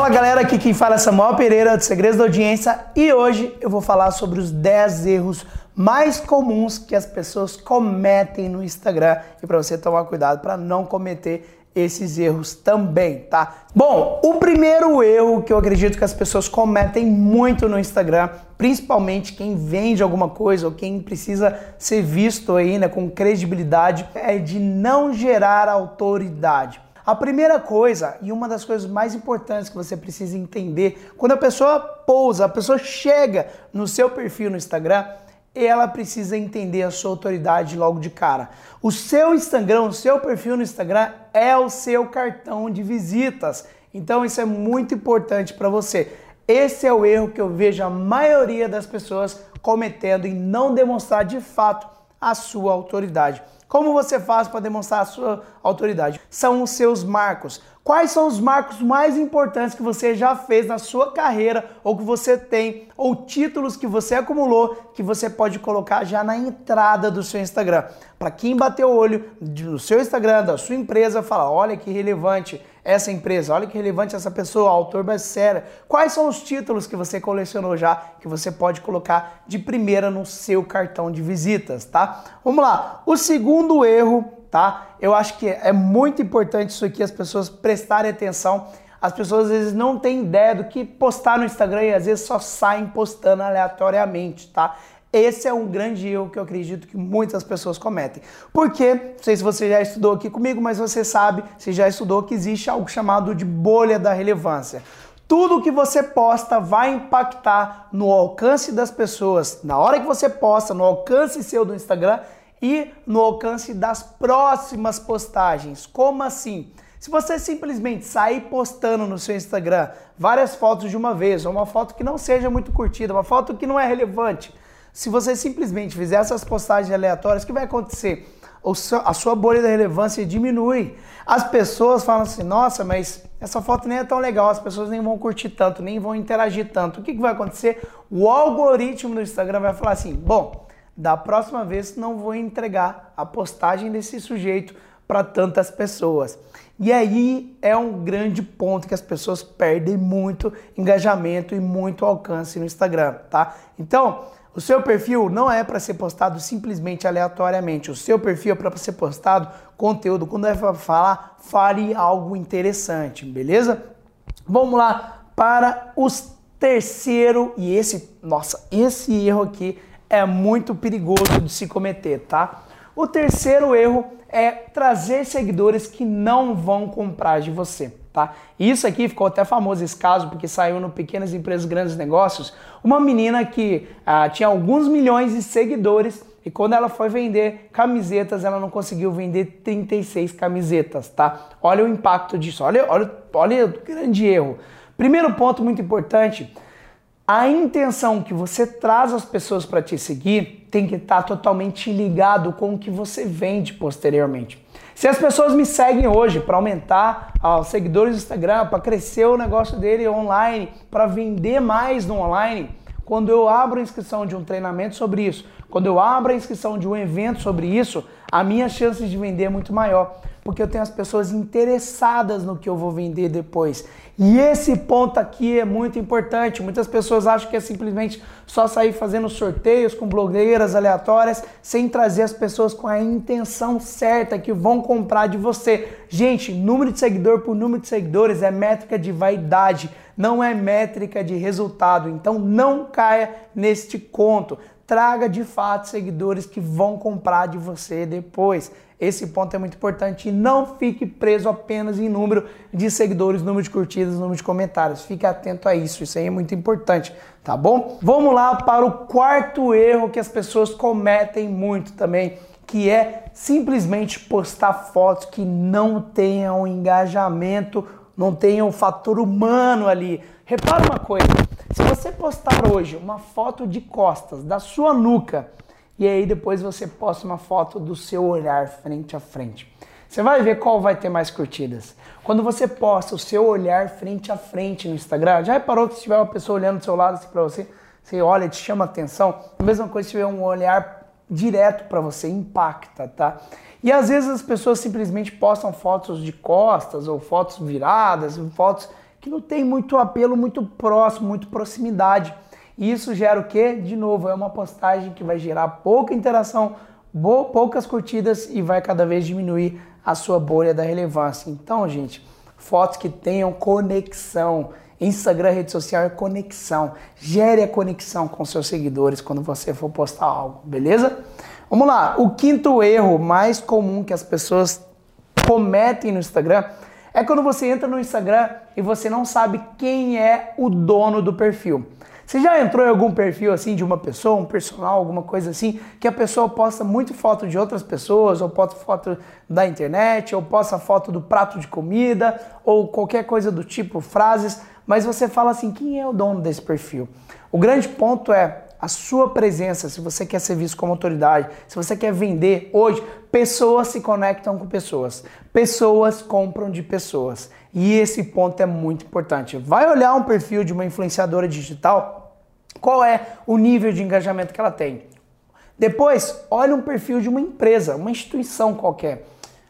Fala galera, aqui quem fala é Samuel Pereira do Segredos da Audiência e hoje eu vou falar sobre os 10 erros mais comuns que as pessoas cometem no Instagram e para você tomar cuidado para não cometer esses erros também, tá? Bom, o primeiro erro que eu acredito que as pessoas cometem muito no Instagram, principalmente quem vende alguma coisa ou quem precisa ser visto aí, né, com credibilidade, é de não gerar autoridade. A primeira coisa, e uma das coisas mais importantes que você precisa entender, quando a pessoa pousa, a pessoa chega no seu perfil no Instagram, ela precisa entender a sua autoridade logo de cara. O seu Instagram, o seu perfil no Instagram é o seu cartão de visitas. Então isso é muito importante para você. Esse é o erro que eu vejo a maioria das pessoas cometendo em não demonstrar de fato a sua autoridade. Como você faz para demonstrar a sua autoridade? São os seus marcos. Quais são os marcos mais importantes que você já fez na sua carreira ou que você tem, ou títulos que você acumulou que você pode colocar já na entrada do seu Instagram? Para quem bater o olho no seu Instagram, da sua empresa, fala, olha que relevante essa empresa, olha que relevante essa pessoa, autor best-seller. Quais são os títulos que você colecionou já que você pode colocar de primeira no seu cartão de visitas, tá? Vamos lá. O segundo erro, tá? Eu acho que é muito importante isso aqui, as pessoas prestarem atenção. As pessoas às vezes não têm ideia do que postar no Instagram e às vezes só saem postando aleatoriamente, tá? Esse é um grande erro que eu acredito que muitas pessoas cometem. Porque, não sei se você já estudou aqui comigo, mas você sabe, você já estudou que existe algo chamado de bolha da relevância. Tudo que você posta vai impactar no alcance das pessoas, na hora que você posta, no alcance seu do Instagram e no alcance das próximas postagens. Como assim? Se você simplesmente sair postando no seu Instagram várias fotos de uma vez, ou uma foto que não seja muito curtida, uma foto que não é relevante, se você simplesmente fizer essas postagens aleatórias, o que vai acontecer? A sua bolha da relevância diminui. As pessoas falam assim, nossa, mas essa foto nem é tão legal, as pessoas nem vão curtir tanto, nem vão interagir tanto. O que vai acontecer? O algoritmo do Instagram vai falar assim, bom, da próxima vez não vou entregar a postagem desse sujeito para tantas pessoas. E aí é um grande ponto que as pessoas perdem muito engajamento e muito alcance no Instagram, tá? Então, o seu perfil não é para ser postado simplesmente aleatoriamente. O seu perfil é para ser postado conteúdo. Quando é para falar, fale algo interessante, beleza? Vamos lá para os terceiro e esse erro aqui é muito perigoso de se cometer, tá? O terceiro erro é trazer seguidores que não vão comprar de você, tá? Isso aqui ficou até famoso esse caso porque saiu no Pequenas Empresas Grandes Negócios, uma menina que tinha alguns milhões de seguidores e quando ela foi vender camisetas, ela não conseguiu vender 36 camisetas, tá? Olha o impacto disso, olha o grande erro. Primeiro ponto muito importante, a intenção que você traz as pessoas para te seguir tem que estar totalmente ligado com o que você vende posteriormente. Se as pessoas me seguem hoje para aumentar os seguidores do Instagram, para crescer o negócio dele online, para vender mais no online, quando eu abro a inscrição de um treinamento sobre isso, quando eu abro a inscrição de um evento sobre isso, a minha chance de vender é muito maior, porque eu tenho as pessoas interessadas no que eu vou vender depois. E esse ponto aqui é muito importante. Muitas pessoas acham que é simplesmente só sair fazendo sorteios com blogueiras aleatórias, sem trazer as pessoas com a intenção certa que vão comprar de você. Gente, número de seguidor por número de seguidores é métrica de vaidade, não é métrica de resultado. Então não caia neste conto. Traga de fato seguidores que vão comprar de você depois. Esse ponto é muito importante e não fique preso apenas em número de seguidores, número de curtidas, número de comentários. Fique atento a isso, isso aí é muito importante, tá bom? Vamos lá para o quarto erro que as pessoas cometem muito também, que é simplesmente postar fotos que não tenham engajamento, não tenham o fator humano ali. Repara uma coisa, se você postar hoje uma foto de costas da sua nuca e aí depois você posta uma foto do seu olhar frente a frente, você vai ver qual vai ter mais curtidas. Quando você posta o seu olhar frente a frente no Instagram, já reparou que se tiver uma pessoa olhando do seu lado assim pra você, você olha, te chama atenção? A mesma coisa se tiver um olhar direto para você, impacta, tá? E às vezes as pessoas simplesmente postam fotos de costas ou fotos viradas, fotos que não tem muito apelo, muito próximo, muito proximidade. E isso gera o quê? De novo, é uma postagem que vai gerar pouca interação, poucas curtidas e vai cada vez diminuir a sua bolha da relevância. Então, gente, fotos que tenham conexão. Instagram, rede social é conexão. Gere a conexão com seus seguidores quando você for postar algo, beleza? Vamos lá, o quinto erro mais comum que as pessoas cometem no Instagram é quando você entra no Instagram e você não sabe quem é o dono do perfil. Você já entrou em algum perfil assim de uma pessoa, um personal, alguma coisa assim, que a pessoa posta muito foto de outras pessoas, ou posta foto da internet, ou posta foto do prato de comida, ou qualquer coisa do tipo, frases, mas você fala assim, quem é o dono desse perfil? O grande ponto é a sua presença, se você quer ser visto como autoridade, se você quer vender hoje, pessoas se conectam com pessoas, pessoas compram de pessoas. E esse ponto é muito importante. Vai olhar um perfil de uma influenciadora digital, qual é o nível de engajamento que ela tem. Depois, olha um perfil de uma empresa, uma instituição qualquer.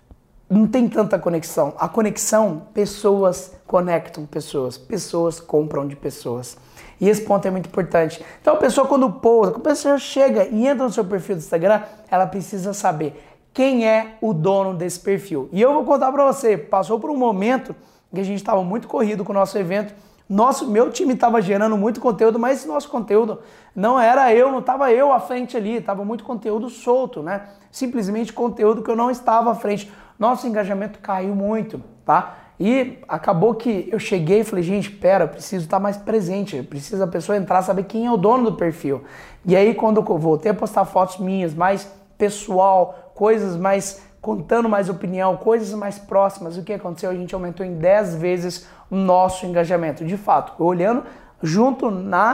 Não tem tanta conexão. A conexão, pessoas conectam pessoas, pessoas compram de pessoas. E esse ponto é muito importante. Então a pessoa quando pousa, quando a pessoa chega e entra no seu perfil do Instagram, ela precisa saber quem é o dono desse perfil. E eu vou contar pra você, passou por um momento que a gente estava muito corrido com o nosso evento, meu time estava gerando muito conteúdo, mas esse nosso conteúdo não era eu, não estava eu à frente ali, estava muito conteúdo solto, né? Simplesmente conteúdo que eu não estava à frente. Nosso engajamento caiu muito, tá? E acabou que eu cheguei e falei, gente, pera, eu preciso estar mais presente, precisa a pessoa entrar, saber quem é o dono do perfil. E aí quando eu voltei a postar fotos minhas, mais pessoal, coisas mais, contando mais opinião, coisas mais próximas, o que aconteceu? A gente aumentou em 10 vezes o nosso engajamento. De fato, olhando junto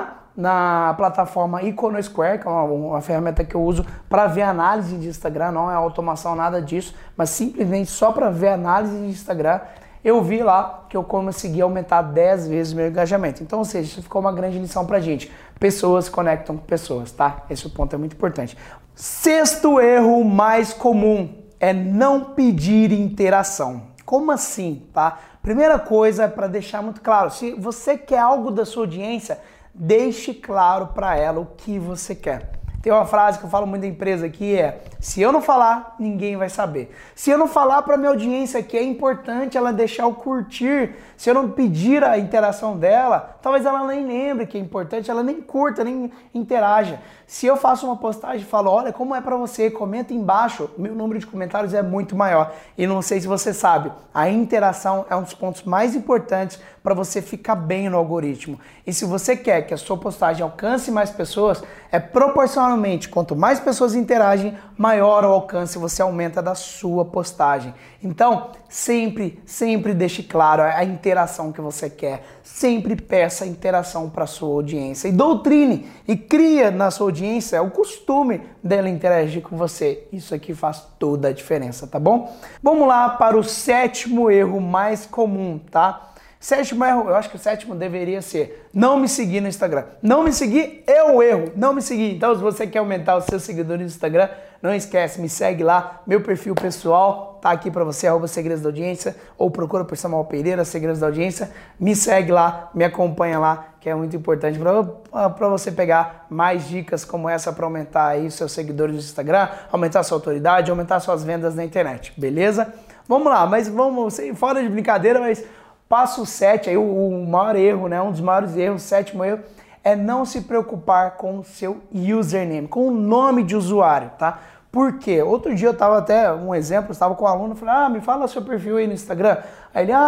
na plataforma Iconosquare, que é uma ferramenta que eu uso para ver análise de Instagram, não é automação, nada disso, mas simplesmente só para ver análise de Instagram, eu vi lá que eu consegui aumentar 10 vezes o meu engajamento. Então, ou seja, isso ficou uma grande lição pra gente. Pessoas conectam com pessoas, tá? Esse ponto é muito importante. Sexto erro mais comum é não pedir interação. Como assim, tá? Primeira coisa, para deixar muito claro, se você quer algo da sua audiência, deixe claro para ela o que você quer. Tem uma frase que eu falo muito da empresa aqui, se eu não falar, ninguém vai saber. Se eu não falar para minha audiência que é importante ela deixar o curtir, se eu não pedir a interação dela, talvez ela nem lembre que é importante, ela nem curta, nem interaja. Se eu faço uma postagem e falo, olha, como é para você, comenta embaixo, meu número de comentários é muito maior. E não sei se você sabe, a interação é um dos pontos mais importantes para você ficar bem no algoritmo. E se você quer que a sua postagem alcance mais pessoas, é proporcionalmente, quanto mais pessoas interagem, maior o alcance você aumenta da sua postagem. Então, sempre deixe claro a interação que você quer. Sempre peça interação para a sua audiência. E doutrine e cria na sua audiência o costume dela interagir com você. Isso aqui faz toda a diferença, tá bom? Vamos lá para o sétimo erro mais comum, tá? Sétimo erro, eu acho que o sétimo deveria ser não me seguir no Instagram. Não me seguir é o erro, não me seguir. Então, se você quer aumentar os seus seguidores no Instagram, não esquece, me segue lá, meu perfil pessoal tá aqui para você, @segredos da audiência, ou procura por Samuel Pereira, Segredos da Audiência, me segue lá, me acompanha lá, que é muito importante para você pegar mais dicas como essa para aumentar aí os seus seguidores no Instagram, aumentar a sua autoridade, aumentar suas vendas na internet, beleza? Vamos lá, mas vamos, fora de brincadeira, mas passo 7, aí o maior erro, né? Um dos maiores erros, o sétimo erro, é não se preocupar com o seu username, com o nome de usuário, tá? Por quê? Outro dia eu tava até, um exemplo, eu estava com um aluno, falei, me fala seu perfil aí no Instagram. Aí ele,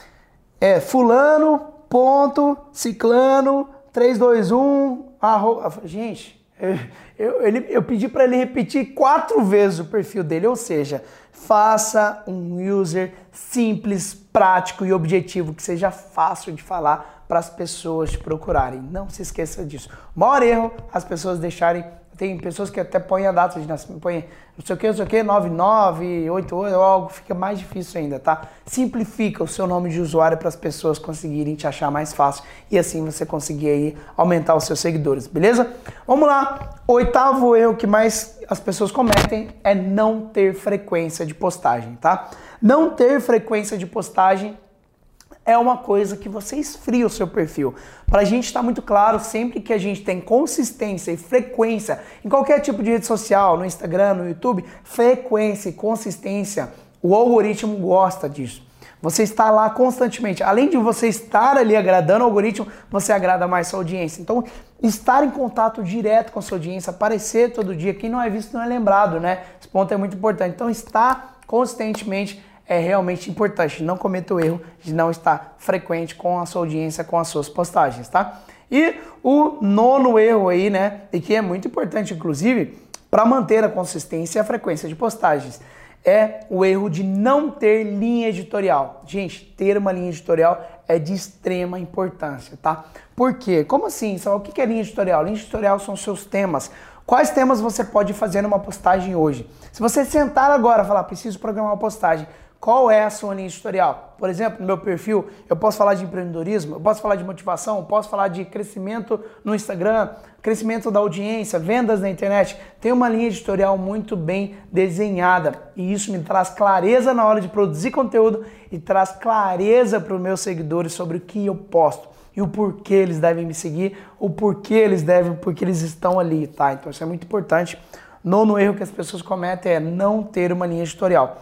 fulano.ciclano321, Gente, eu pedi para ele repetir 4 vezes o perfil dele, ou seja, faça um user simples, prático e objetivo, que seja fácil de falar para as pessoas te procurarem. Não se esqueça disso. O maior erro, as pessoas deixarem... Tem pessoas que até põem a data de nascimento, põem não sei o que, 99, 88, algo, fica mais difícil ainda, tá? Simplifica o seu nome de usuário para as pessoas conseguirem te achar mais fácil e assim você conseguir aí aumentar os seus seguidores, beleza? Vamos lá, o oitavo erro que mais as pessoas cometem é não ter frequência de postagem, tá? Não ter frequência de postagem é uma coisa que você esfria o seu perfil. Pra gente estar muito claro, sempre que a gente tem consistência e frequência em qualquer tipo de rede social, no Instagram, no YouTube, frequência e consistência, o algoritmo gosta disso. Você está lá constantemente. Além de você estar ali agradando o algoritmo, você agrada mais sua audiência. Então, estar em contato direto com a sua audiência, aparecer todo dia, quem não é visto não é lembrado, né? Esse ponto é muito importante. Então, estar consistentemente é realmente importante. Não cometa o erro de não estar frequente com a sua audiência, com as suas postagens, tá? E o nono erro aí, né? E que é muito importante, inclusive, para manter a consistência e a frequência de postagens, é o erro de não ter linha editorial. Gente, ter uma linha editorial é de extrema importância, tá? Por quê? Como assim? O que é linha editorial? Linha editorial são seus temas. Quais temas você pode fazer numa postagem hoje? Se você sentar agora e falar, preciso programar uma postagem, qual é a sua linha editorial? Por exemplo, no meu perfil, eu posso falar de empreendedorismo, eu posso falar de motivação, eu posso falar de crescimento no Instagram, crescimento da audiência, vendas na internet. Tem uma linha editorial muito bem desenhada e isso me traz clareza na hora de produzir conteúdo e traz clareza para os meus seguidores sobre o que eu posto e o porquê eles devem me seguir, o porquê eles estão ali, tá? Então isso é muito importante. Nono erro que as pessoas cometem é não ter uma linha editorial.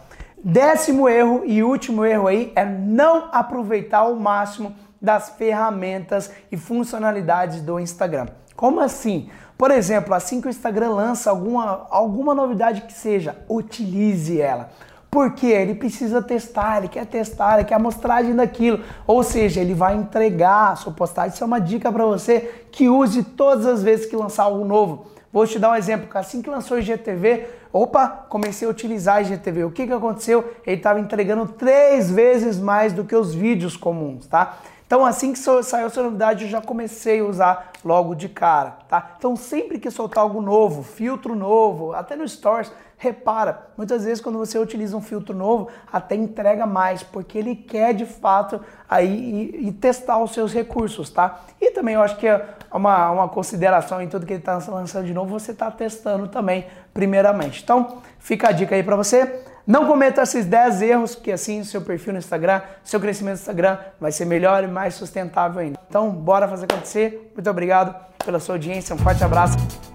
10º erro e último erro aí é não aproveitar ao máximo das ferramentas e funcionalidades do Instagram. Como assim? Por exemplo, assim que o Instagram lança alguma novidade que seja, utilize ela. Porque ele precisa testar, ele quer a amostragem daquilo. Ou seja, ele vai entregar a sua postagem. Isso é uma dica para você que use todas as vezes que lançar algo novo. Vou te dar um exemplo, assim que lançou o IGTV, comecei a utilizar o IGTV. O que aconteceu? Ele estava entregando 3 vezes mais do que os vídeos comuns, tá? Então assim que saiu essa novidade, eu já comecei a usar logo de cara, tá? Então sempre que soltar algo novo, filtro novo, até no Stories, repara, muitas vezes quando você utiliza um filtro novo, até entrega mais, porque ele quer de fato aí e testar os seus recursos, tá? E também eu acho que é uma consideração em tudo que ele está lançando de novo, você está testando também primeiramente. Então fica a dica aí para você. Não cometa esses 10 erros, que assim o seu perfil no Instagram, seu crescimento no Instagram vai ser melhor e mais sustentável ainda. Então, bora fazer acontecer. Muito obrigado pela sua audiência, um forte abraço.